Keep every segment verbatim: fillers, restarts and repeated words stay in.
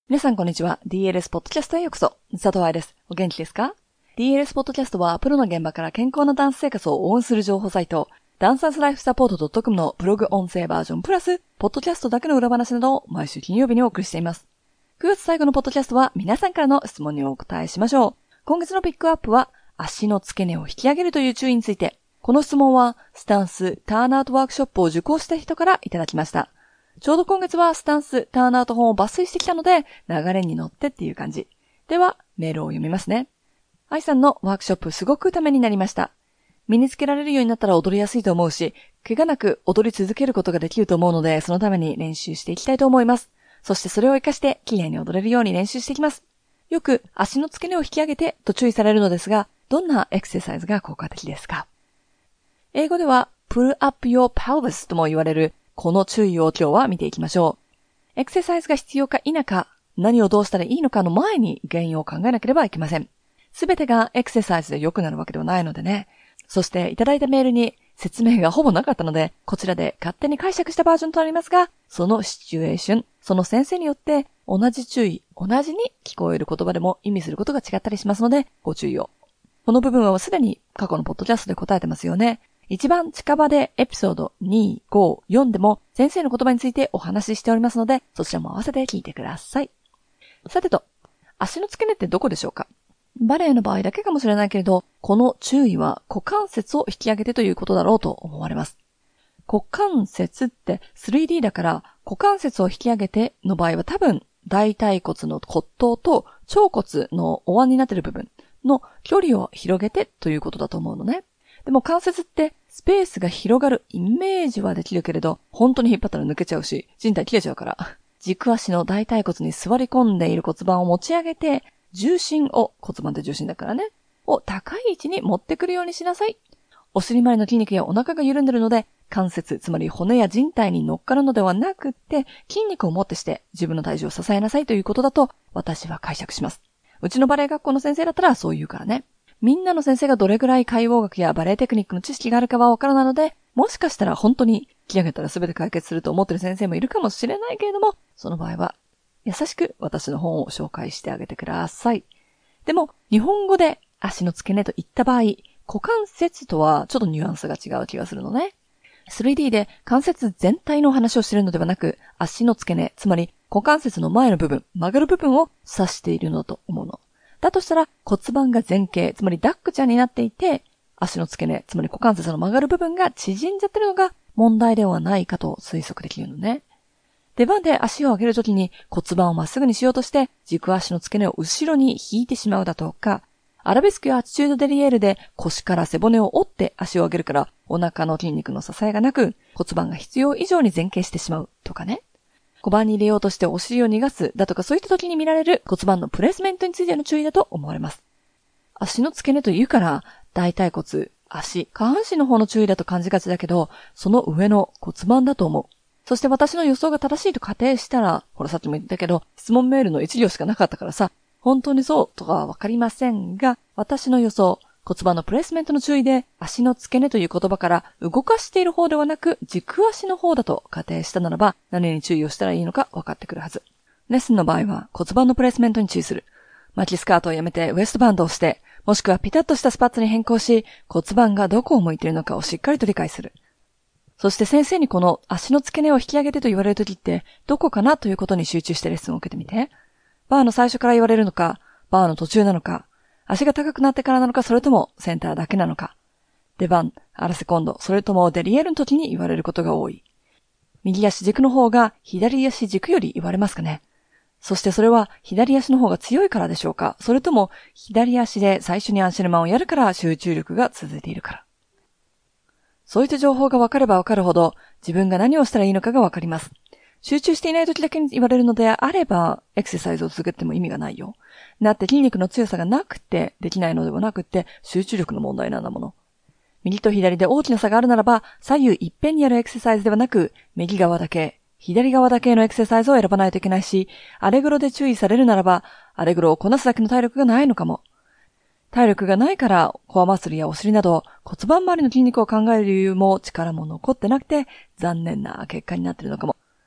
皆さんこんにちは。ディーエルエス ポッドキャストへようこそ。佐藤愛です。お元気ですか？ ディーエルエス ポッドキャストはプロの現場から健康なダンス生活を応援する情報サイト、ダンサーズライフサポート .com のブログ音声バージョンプラス、ポッドキャストだけの裏話などを毎週金曜日にお送りしています。くがつ最後のポッドキャストは皆さんからの質問にお答えしましょう。今月のピックアップは、足の付け根を引き上げるという注意について。この質問は、スタンス、ターンアウトワークショップを受講した人からいただきました。ちょうど今月はスタンス、ターンアウト本を抜粋してきたので、流れに乗ってっていう感じ。では、メールを読みますね。愛さんのワークショップすごくためになりました。身につけられるようになったら踊りやすいと思うし、怪我なく踊り続けることができると思うので、そのために練習していきたいと思います。そしてそれを活かして綺麗に踊れるように練習していきます。よく足の付け根を引き上げてと注意されるのですが、どんなエクササイズが効果的ですか？英語では pull up your pelvis とも言われるこの注意を今日は見ていきましょう。エクササイズが必要か否か、何をどうしたらいいのかの前に原因を考えなければいけません。すべてがエクササイズで良くなるわけではないのでね。そしていただいたメールに説明がほぼなかったので、こちらで勝手に解釈したバージョンとなりますが、そのシチュエーション、その先生によって同じ注意、同じに聞こえる言葉でも意味することが違ったりしますので、ご注意を。この部分はすでに過去のポッドキャストで答えてますよね。一番近場でエピソードに、ご、よんでも先生の言葉についてお話ししておりますので、そちらも合わせて聞いてください。さてと、足の付け根ってどこでしょうか？バレエの場合だけかもしれないけれど、この注意は股関節を引き上げてということだろうと思われます。股関節って スリーディー だから股関節を引き上げての場合は多分大腿骨の骨頭と腸骨のお椀になっている部分の距離を広げてということだと思うのね。でも関節ってスペースが広がるイメージはできるけれど、本当に引っ張ったら抜けちゃうし、靭帯切れちゃうから、軸足の大腿骨に座り込んでいる骨盤を持ち上げて、重心を、骨盤って重心だからね、を高い位置に持ってくるようにしなさい。お尻周りの筋肉やお腹が緩んでるので、関節、つまり骨や靭帯に乗っかるのではなくって、筋肉をもってして自分の体重を支えなさいということだと、私は解釈します。うちのバレエ学校の先生だったらそう言うからね。みんなの先生がどれぐらい解剖学やバレエテクニックの知識があるかはわからないので、もしかしたら本当に引き上げたら全て解決すると思ってる先生もいるかもしれないけれども、その場合は優しく私の本を紹介してあげてください。でも、日本語で足の付け根と言った場合、股関節とはちょっとニュアンスが違う気がするのね。スリーディー で関節全体の話をしているのではなく、足の付け根、つまり股関節の前の部分、曲がる部分を指しているのだと思うの。だとしたら骨盤が前傾、つまりダックちゃんになっていて、足の付け根、つまり股関節の曲がる部分が縮んじゃってるのが問題ではないかと推測できるのね。出番で足を上げるときに骨盤をまっすぐにしようとして軸足の付け根を後ろに引いてしまうだとか、アラベスクやアティチュードデリエールで腰から背骨を折って足を上げるからお腹の筋肉の支えがなく骨盤が必要以上に前傾してしまうとかね。小判に入れようとしてお尻を逃がすだとかそういった時に見られる骨盤のプレイスメントについての注意だと思われます。足の付け根というから大腿骨、足、下半身の方の注意だと感じがちだけど、その上の骨盤だと思う。そして私の予想が正しいと仮定したら、ほらさっきも言ったけど、質問メールの一行しかなかったからさ、本当にそうとかはわかりませんが、私の予想、骨盤のプレイスメントの注意で、足の付け根という言葉から動かしている方ではなく、軸足の方だと仮定したならば、何に注意をしたらいいのか分かってくるはず。レッスンの場合は骨盤のプレイスメントに注意する。巻きスカートをやめてウエストバンドをして、もしくはピタッとしたスパッツに変更し、骨盤がどこを向いているのかをしっかりと理解する。そして先生にこの足の付け根を引き上げてと言われるときって、どこかなということに集中してレッスンを受けてみて。バーの最初から言われるのか、バーの途中なのか、足が高くなってからなのか、それともセンターだけなのか。出番、アラセコンド、それともデリエールの時に言われることが多い。右足軸の方が左足軸より言われますかね。そしてそれは左足の方が強いからでしょうか。それとも左足で最初にアンシェルマンをやるから集中力が続いているから。そういった情報が分かれば分かるほど自分が何をしたらいいのかが分かります。集中していない時だけに言われるのであれば、エクササイズを続けても意味がないよ。だって筋肉の強さがなくてできないのではなくて、集中力の問題なんだもの。右と左で大きな差があるならば、左右一辺にやるエクササイズではなく、右側だけ、左側だけのエクササイズを選ばないといけないし、アレグロで注意されるならば、アレグロをこなすだけの体力がないのかも。体力がないから、コアマッスルやお尻など骨盤周りの筋肉を考える理由も力も残ってなくて、残念な結果になっているのかも。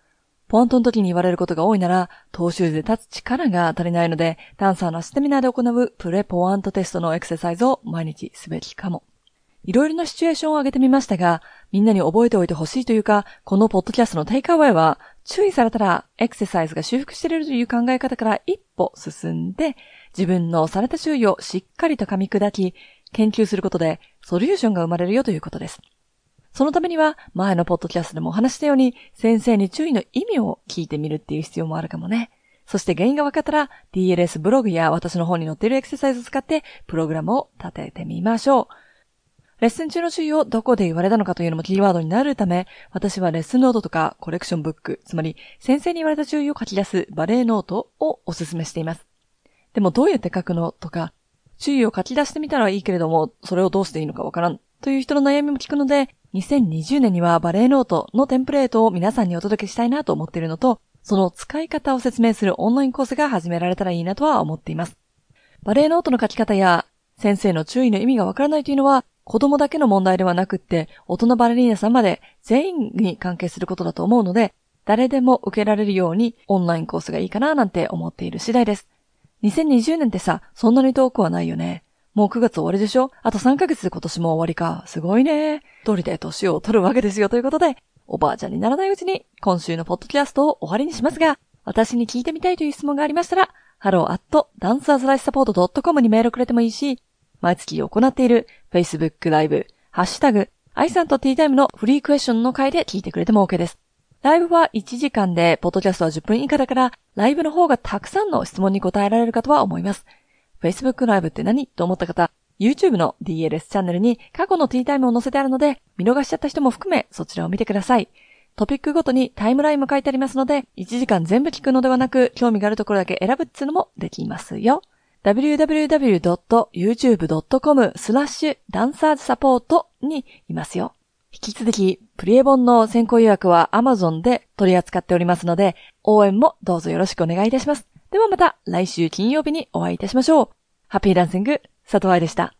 ポイントの時に言われることが多いなら、トーシューズで立つ力が足りないので、ダンサーのアシステミナーで行うプレポイントテストのエクササイズを毎日すべきかも。いろいろなシチュエーションを挙げてみましたが、みんなに覚えておいてほしいというか、このポッドキャストのテイクアウェイは、注意されたらエクササイズが修復しているという考え方から一歩進んで、自分のされた注意をしっかりと噛み砕き、研究することでソリューションが生まれるよということです。そのためには、前のポッドキャストでもお話したように、先生に注意の意味を聞いてみるっていう必要もあるかもね。そして原因が分かったら、ディーエルエス ブログや私の本に載っているエクササイズを使って、プログラムを立ててみましょう。レッスン中の注意をどこで言われたのかというのもキーワードになるため、私はレッスンノートとかコレクションブック、つまり先生に言われた注意を書き出すバレエノートをお勧めしています。でもどうやって書くのとか、注意を書き出してみたらいいけれども、それをどうしていいのかわからんという人の悩みも聞くので、にせんにじゅうねんにはバレエノートのテンプレートを皆さんにお届けしたいなと思っているのと、その使い方を説明するオンラインコースが始められたらいいなとは思っています。バレエノートの書き方や先生の注意の意味がわからないというのは、子供だけの問題ではなくって、大人バレリーナさんまで全員に関係することだと思うので、誰でも受けられるようにオンラインコースがいいかななんて思っている次第です。にせんにじゅうねんってさ、そんなに遠くはないよね。もうくがつ終わりでしょ？あとさんかげつで今年も終わりか。すごいね。通りで年を取るわけですよということで、おばあちゃんにならないうちに今週のポッドキャストを終わりにしますが、私に聞いてみたいという質問がありましたら、ハローアットダンサーズライフサポートドットコム にメールくれてもいいし、毎月行っている Facebook ライブ、ハッシュタグ、愛さんとティータイムのフリークエスチョンの回で聞いてくれても OK です。ライブはいちじかんで、ポッドキャストはじゅっぷん以下だから、ライブの方がたくさんの質問に答えられるかとは思います。Facebook ライブって何と思った方、YouTube の ディーエルエス チャンネルに過去のティータイムを載せてあるので、見逃しちゃった人も含めそちらを見てください。トピックごとにタイムラインも書いてありますので、いちじかん全部聞くのではなく、興味があるところだけ選ぶっていうのもできますよ。ダブリューダブリューダブリュードットユーチューブドットコムスラッシュダンサーズサポートにいますよ。引き続き、プリエ本の先行予約は Amazon で取り扱っておりますので、応援もどうぞよろしくお願いいたします。ではまた来週金曜日にお会いいたしましょう。ハッピーダンシング、佐藤愛でした。